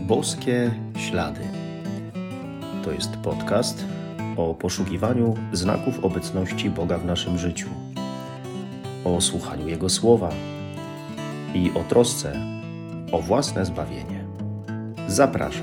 Boskie Ślady. To jest podcast o poszukiwaniu znaków obecności Boga w naszym życiu, o słuchaniu Jego słowa i o trosce o własne zbawienie. Zapraszam.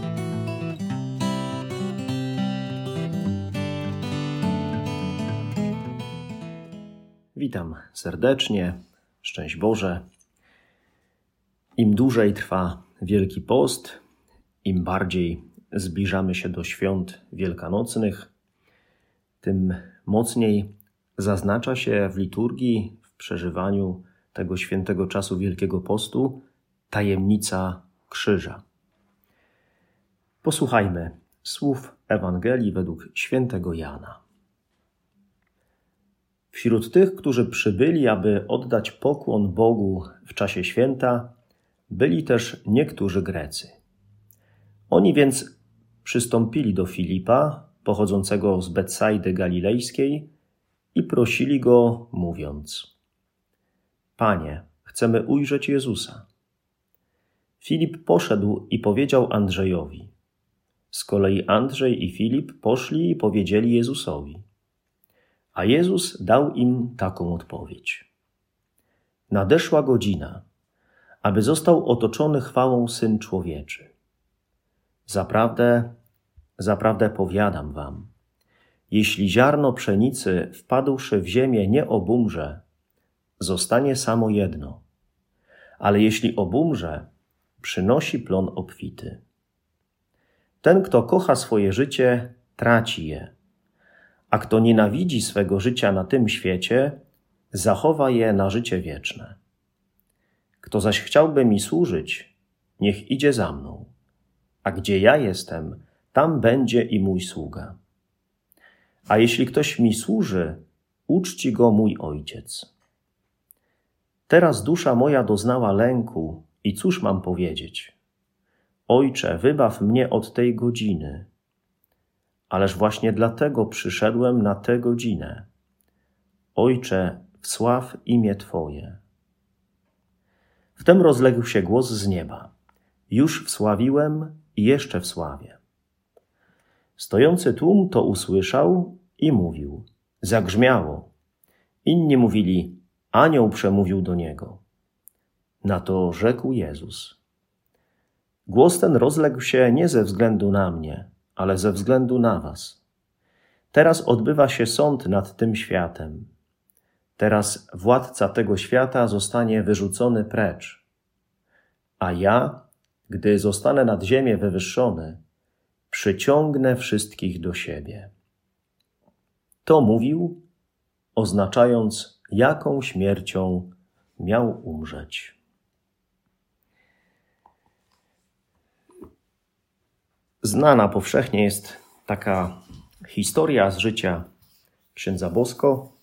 Witam serdecznie, szczęść Boże. Im dłużej trwa Wielki Post, im bardziej zbliżamy się do świąt wielkanocnych, tym mocniej zaznacza się w liturgii, w przeżywaniu tego świętego czasu Wielkiego Postu tajemnica krzyża. Posłuchajmy słów Ewangelii według świętego Jana. Wśród tych, którzy przybyli, aby oddać pokłon Bogu w czasie święta, byli też niektórzy Grecy. Oni więc przystąpili do Filipa, pochodzącego z Betsajdy Galilejskiej, i prosili go, mówiąc: Panie, chcemy ujrzeć Jezusa. Filip poszedł i powiedział Andrzejowi. Z kolei Andrzej i Filip poszli i powiedzieli Jezusowi. A Jezus dał im taką odpowiedź. Nadeszła godzina, aby został otoczony chwałą Syn Człowieczy. Zaprawdę, zaprawdę powiadam wam, jeśli ziarno pszenicy wpadłszy w ziemię nie obumrze, zostanie samo jedno, ale jeśli obumrze, przynosi plon obfity. Ten, kto kocha swoje życie, traci je, a kto nienawidzi swego życia na tym świecie, zachowa je na życie wieczne. Kto zaś chciałby mi służyć, niech idzie za mną, a gdzie ja jestem, tam będzie i mój sługa. A jeśli ktoś mi służy, uczci go mój Ojciec. Teraz dusza moja doznała lęku i cóż mam powiedzieć? Ojcze, wybaw mnie od tej godziny. Ależ właśnie dlatego przyszedłem na tę godzinę. Ojcze, wsław imię Twoje. Wtem rozległ się głos z nieba. Już wsławiłem i jeszcze wsławię. Stojący tłum to usłyszał i mówił. Zagrzmiało. Inni mówili, anioł przemówił do niego. Na to rzekł Jezus. Głos ten rozległ się nie ze względu na mnie, ale ze względu na was. Teraz odbywa się sąd nad tym światem. Teraz władca tego świata zostanie wyrzucony precz. A ja, gdy zostanę nad ziemię wywyższony, przyciągnę wszystkich do siebie. To mówił, oznaczając, jaką śmiercią miał umrzeć. Znana powszechnie jest taka historia z życia księdza Bosko,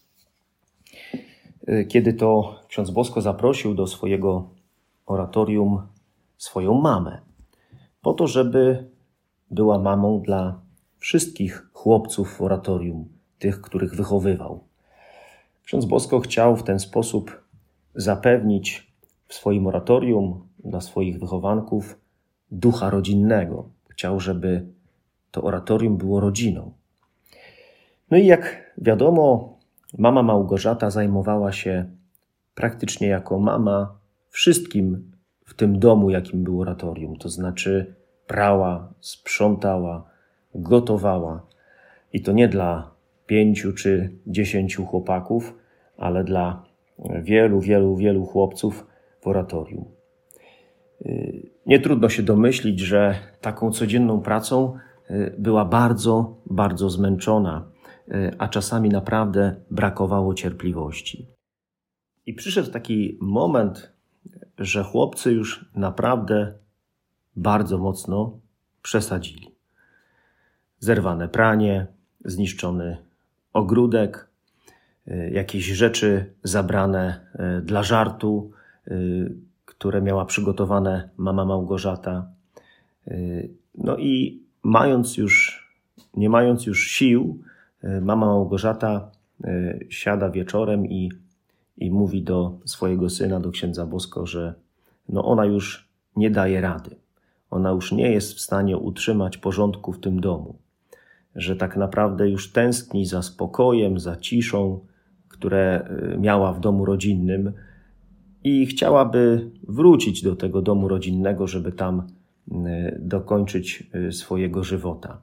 kiedy to ksiądz Bosko zaprosił do swojego oratorium swoją mamę, po to, żeby była mamą dla wszystkich chłopców w oratorium, tych, których wychowywał. Ksiądz Bosko chciał w ten sposób zapewnić w swoim oratorium dla swoich wychowanków ducha rodzinnego. Chciał, żeby to oratorium było rodziną. No i jak wiadomo, mama Małgorzata zajmowała się praktycznie jako mama wszystkim w tym domu, jakim było oratorium. To znaczy prała, sprzątała, gotowała. I to nie dla 5 czy 10 chłopaków, ale dla wielu chłopców w oratorium. Nie trudno się domyślić, że taką codzienną pracą była bardzo zmęczona, a czasami naprawdę brakowało cierpliwości. I przyszedł taki moment, że chłopcy już naprawdę bardzo mocno przesadzili. Zerwane pranie, zniszczony ogródek, jakieś rzeczy zabrane dla żartu, które miała przygotowane mama Małgorzata. No i nie mając już sił, mama Małgorzata siada wieczorem i mówi do swojego syna, do księdza Bosko, że ona już nie daje rady. ona już nie jest w stanie utrzymać porządku w tym domu, że tak naprawdę już tęskni za spokojem, za ciszą, które miała w domu rodzinnym i chciałaby wrócić do tego domu rodzinnego, żeby tam dokończyć swojego żywota.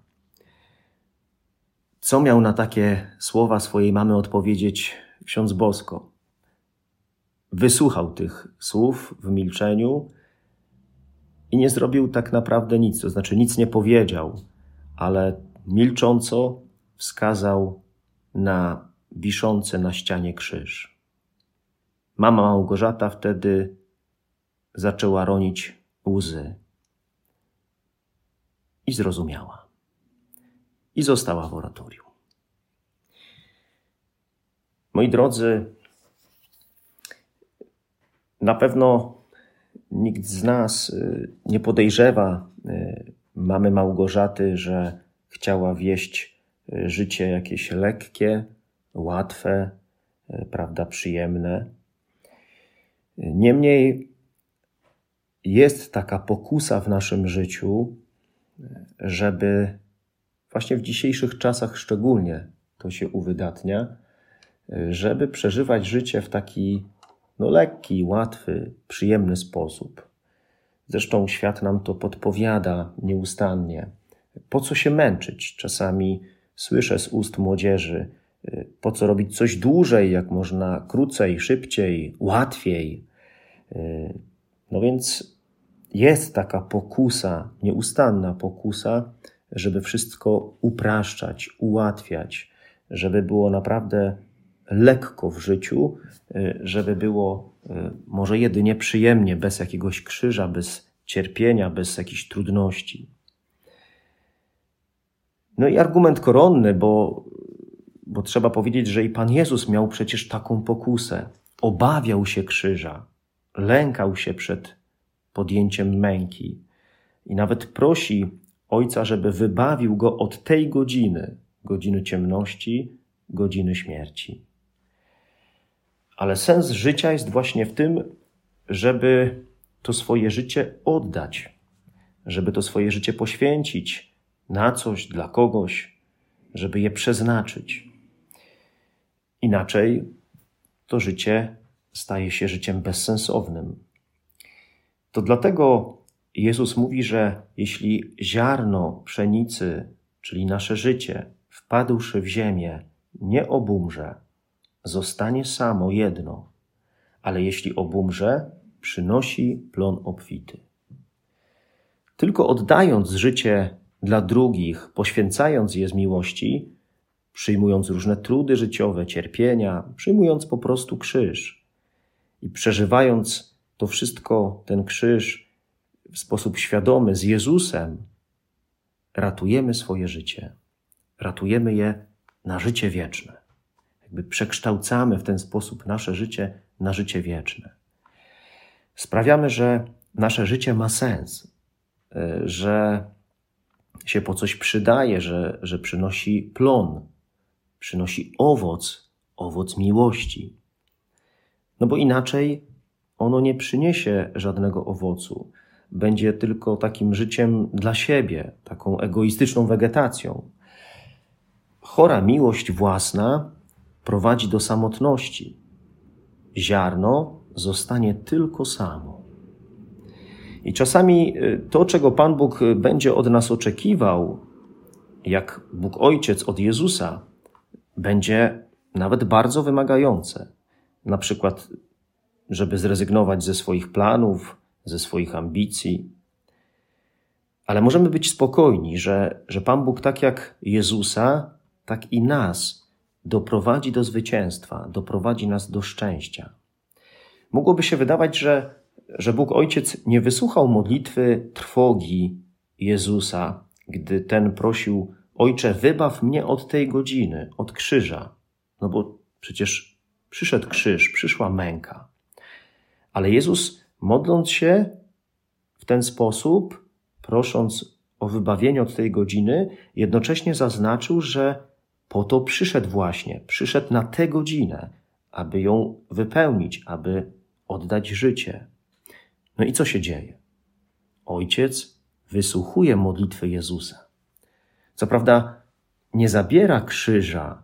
Co miał na takie słowa swojej mamy odpowiedzieć ksiądz Bosko? Wysłuchał tych słów w milczeniu i nie zrobił tak naprawdę nic, to znaczy nic nie powiedział, ale milcząco wskazał na wiszący na ścianie krzyż. Mama Małgorzata wtedy zaczęła ronić łzy i zrozumiała. I została w oratorium. Moi drodzy, na pewno nikt z nas nie podejrzewa mamy Małgorzaty, że chciała wieść życie jakieś lekkie, łatwe, prawda, przyjemne. Niemniej jest taka pokusa w naszym życiu, żeby właśnie w dzisiejszych czasach szczególnie to się uwydatnia, żeby przeżywać życie w taki lekki, łatwy, przyjemny sposób. Zresztą świat nam to podpowiada nieustannie. Po co się męczyć? Czasami słyszę z ust młodzieży, po co robić coś dłużej, jak można krócej, szybciej, łatwiej. No więc jest taka pokusa, nieustanna pokusa, żeby wszystko upraszczać, ułatwiać, żeby było naprawdę lekko w życiu, żeby było może jedynie przyjemnie, bez jakiegoś krzyża, bez cierpienia, bez jakichś trudności. No i argument koronny, bo trzeba powiedzieć, że i Pan Jezus miał przecież taką pokusę. Obawiał się krzyża, lękał się przed podjęciem męki i nawet prosi Ojca, żeby wybawił go od tej godziny ciemności, godziny śmierci. Ale sens życia jest właśnie w tym, żeby to swoje życie oddać, żeby to swoje życie poświęcić na coś, dla kogoś, żeby je przeznaczyć. Inaczej to życie staje się życiem bezsensownym. To dlatego Jezus mówi, że jeśli ziarno pszenicy, czyli nasze życie, wpadłszy w ziemię, nie obumrze, zostanie samo jedno, ale jeśli obumrze, przynosi plon obfity. Tylko oddając życie dla drugich, poświęcając je z miłości, przyjmując różne trudy życiowe, cierpienia, przyjmując po prostu krzyż i przeżywając to wszystko, ten krzyż w sposób świadomy z Jezusem, ratujemy swoje życie. Ratujemy je na życie wieczne. Jakby przekształcamy w ten sposób nasze życie na życie wieczne. Sprawiamy, że nasze życie ma sens, że się po coś przydaje, że przynosi plon, przynosi owoc miłości. No bo inaczej ono nie przyniesie żadnego owocu. Będzie tylko takim życiem dla siebie, taką egoistyczną wegetacją. Chora miłość własna prowadzi do samotności. Ziarno zostanie tylko samo. I czasami to, czego Pan Bóg będzie od nas oczekiwał, jak Bóg Ojciec od Jezusa, będzie nawet bardzo wymagające. Na przykład, żeby zrezygnować ze swoich planów, ze swoich ambicji. Ale możemy być spokojni, że Pan Bóg tak jak Jezusa, tak i nas doprowadzi do zwycięstwa, doprowadzi nas do szczęścia. Mogłoby się wydawać, że Bóg Ojciec nie wysłuchał modlitwy trwogi Jezusa, gdy ten prosił: Ojcze, wybaw mnie od tej godziny, od krzyża. No bo przecież przyszedł krzyż, przyszła męka. Ale Jezus, modląc się w ten sposób, prosząc o wybawienie od tej godziny, jednocześnie zaznaczył, że po to przyszedł na tę godzinę, aby ją wypełnić, aby oddać życie. No i co się dzieje? Ojciec wysłuchuje modlitwy Jezusa. Co prawda nie zabiera krzyża,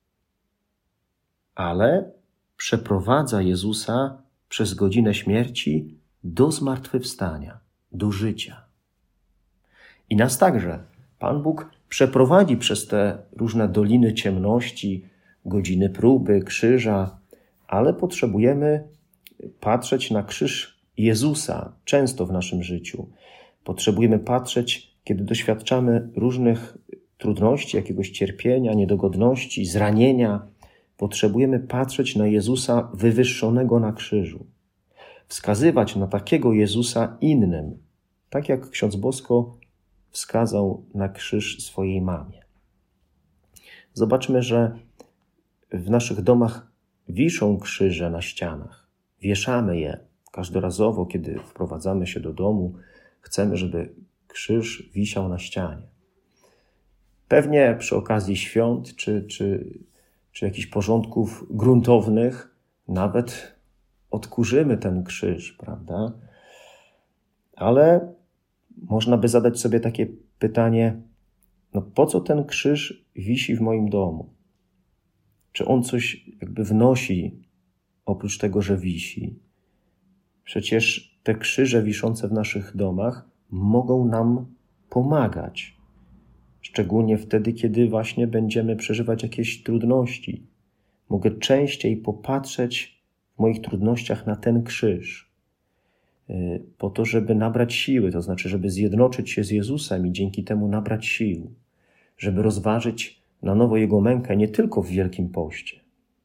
ale przeprowadza Jezusa przez godzinę śmierci do zmartwychwstania, do życia. I nas także Pan Bóg przeprowadzi przez te różne doliny ciemności, godziny próby, krzyża, ale potrzebujemy patrzeć na krzyż Jezusa często w naszym życiu. Potrzebujemy patrzeć, kiedy doświadczamy różnych trudności, jakiegoś cierpienia, niedogodności, zranienia. Potrzebujemy patrzeć na Jezusa wywyższonego na krzyżu. Wskazywać na takiego Jezusa innym, tak jak ksiądz Bosko wskazał na krzyż swojej mamie. Zobaczmy, że w naszych domach wiszą krzyże na ścianach. Wieszamy je każdorazowo, kiedy wprowadzamy się do domu. Chcemy, żeby krzyż wisiał na ścianie. Pewnie przy okazji świąt czy jakichś porządków gruntownych nawet odkurzymy ten krzyż, prawda? Ale można by zadać sobie takie pytanie, po co ten krzyż wisi w moim domu? Czy on coś jakby wnosi oprócz tego, że wisi? Przecież te krzyże wiszące w naszych domach mogą nam pomagać. Szczególnie wtedy, kiedy właśnie będziemy przeżywać jakieś trudności. Mogę częściej popatrzeć w moich trudnościach na ten krzyż, po to, żeby nabrać siły, to znaczy, żeby zjednoczyć się z Jezusem i dzięki temu nabrać sił, żeby rozważyć na nowo Jego mękę, nie tylko w Wielkim Poście.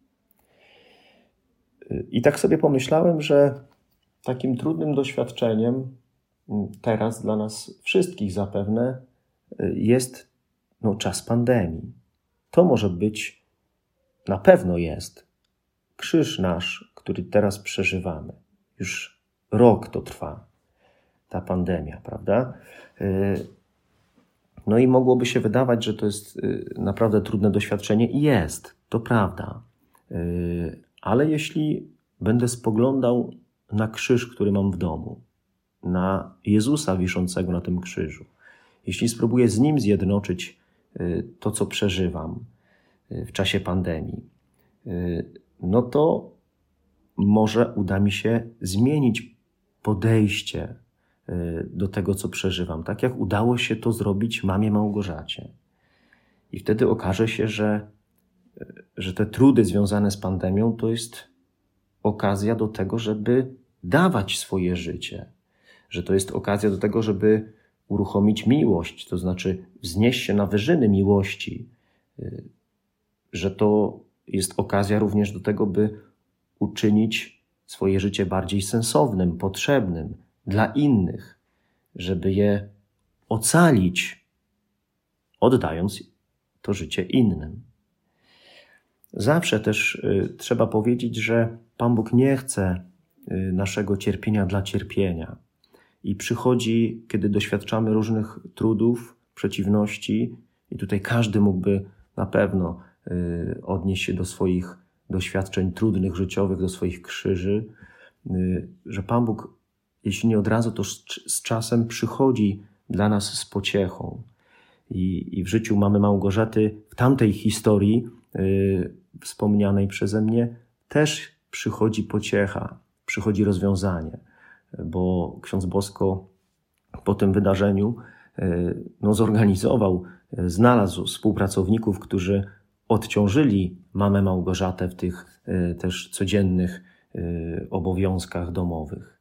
I tak sobie pomyślałem, że takim trudnym doświadczeniem teraz dla nas wszystkich zapewne jest czas pandemii. To może być, na pewno jest, krzyż nasz, który teraz przeżywamy. Już rok to trwa, ta pandemia, prawda? No i mogłoby się wydawać, że to jest naprawdę trudne doświadczenie i jest, to prawda. Ale jeśli będę spoglądał na krzyż, który mam w domu, na Jezusa wiszącego na tym krzyżu, jeśli spróbuję z Nim zjednoczyć to, co przeżywam w czasie pandemii, no to może uda mi się zmienić podejście do tego, co przeżywam, tak jak udało się to zrobić mamie Małgorzacie. I wtedy okaże się, że te trudy związane z pandemią to jest okazja do tego, żeby dawać swoje życie, że to jest okazja do tego, żeby uruchomić miłość, to znaczy wznieść się na wyżyny miłości, że to jest okazja również do tego, by uczynić swoje życie bardziej sensownym, potrzebnym dla innych, żeby je ocalić, oddając to życie innym. Zawsze też trzeba powiedzieć, że Pan Bóg nie chce naszego cierpienia dla cierpienia. I przychodzi, kiedy doświadczamy różnych trudów, przeciwności, i tutaj każdy mógłby na pewno odnieść się do swoich doświadczeń trudnych, życiowych, do swoich krzyży, że Pan Bóg, jeśli nie od razu, to z czasem przychodzi dla nas z pociechą. I w życiu mamy Małgorzaty, w tamtej historii wspomnianej przeze mnie, też przychodzi pociecha, przychodzi rozwiązanie, bo ksiądz Bosko po tym wydarzeniu zorganizował, znalazł współpracowników, którzy odciążyli mamę Małgorzatę w tych też codziennych obowiązkach domowych.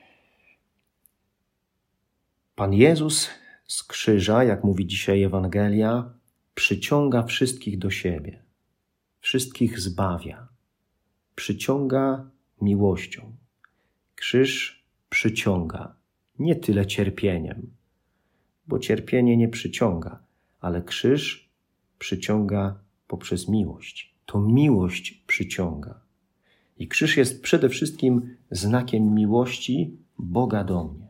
Pan Jezus z krzyża, jak mówi dzisiaj Ewangelia, przyciąga wszystkich do siebie, wszystkich zbawia, przyciąga miłością. Krzyż przyciąga, nie tyle cierpieniem, bo cierpienie nie przyciąga, ale krzyż przyciąga poprzez miłość. To miłość przyciąga. I krzyż jest przede wszystkim znakiem miłości Boga do mnie.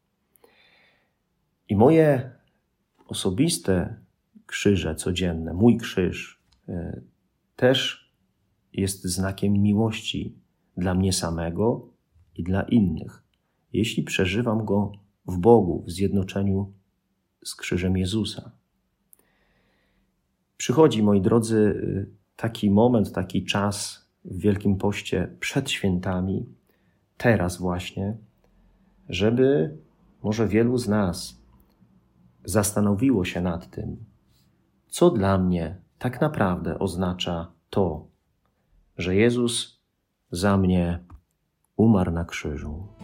I moje osobiste krzyże codzienne, mój krzyż też jest znakiem miłości dla mnie samego i dla innych, jeśli przeżywam go w Bogu, w zjednoczeniu z krzyżem Jezusa. Przychodzi, moi drodzy, taki moment, taki czas w Wielkim Poście przed świętami, teraz właśnie, żeby może wielu z nas zastanowiło się nad tym, co dla mnie tak naprawdę oznacza to, że Jezus za mnie umarł na krzyżu.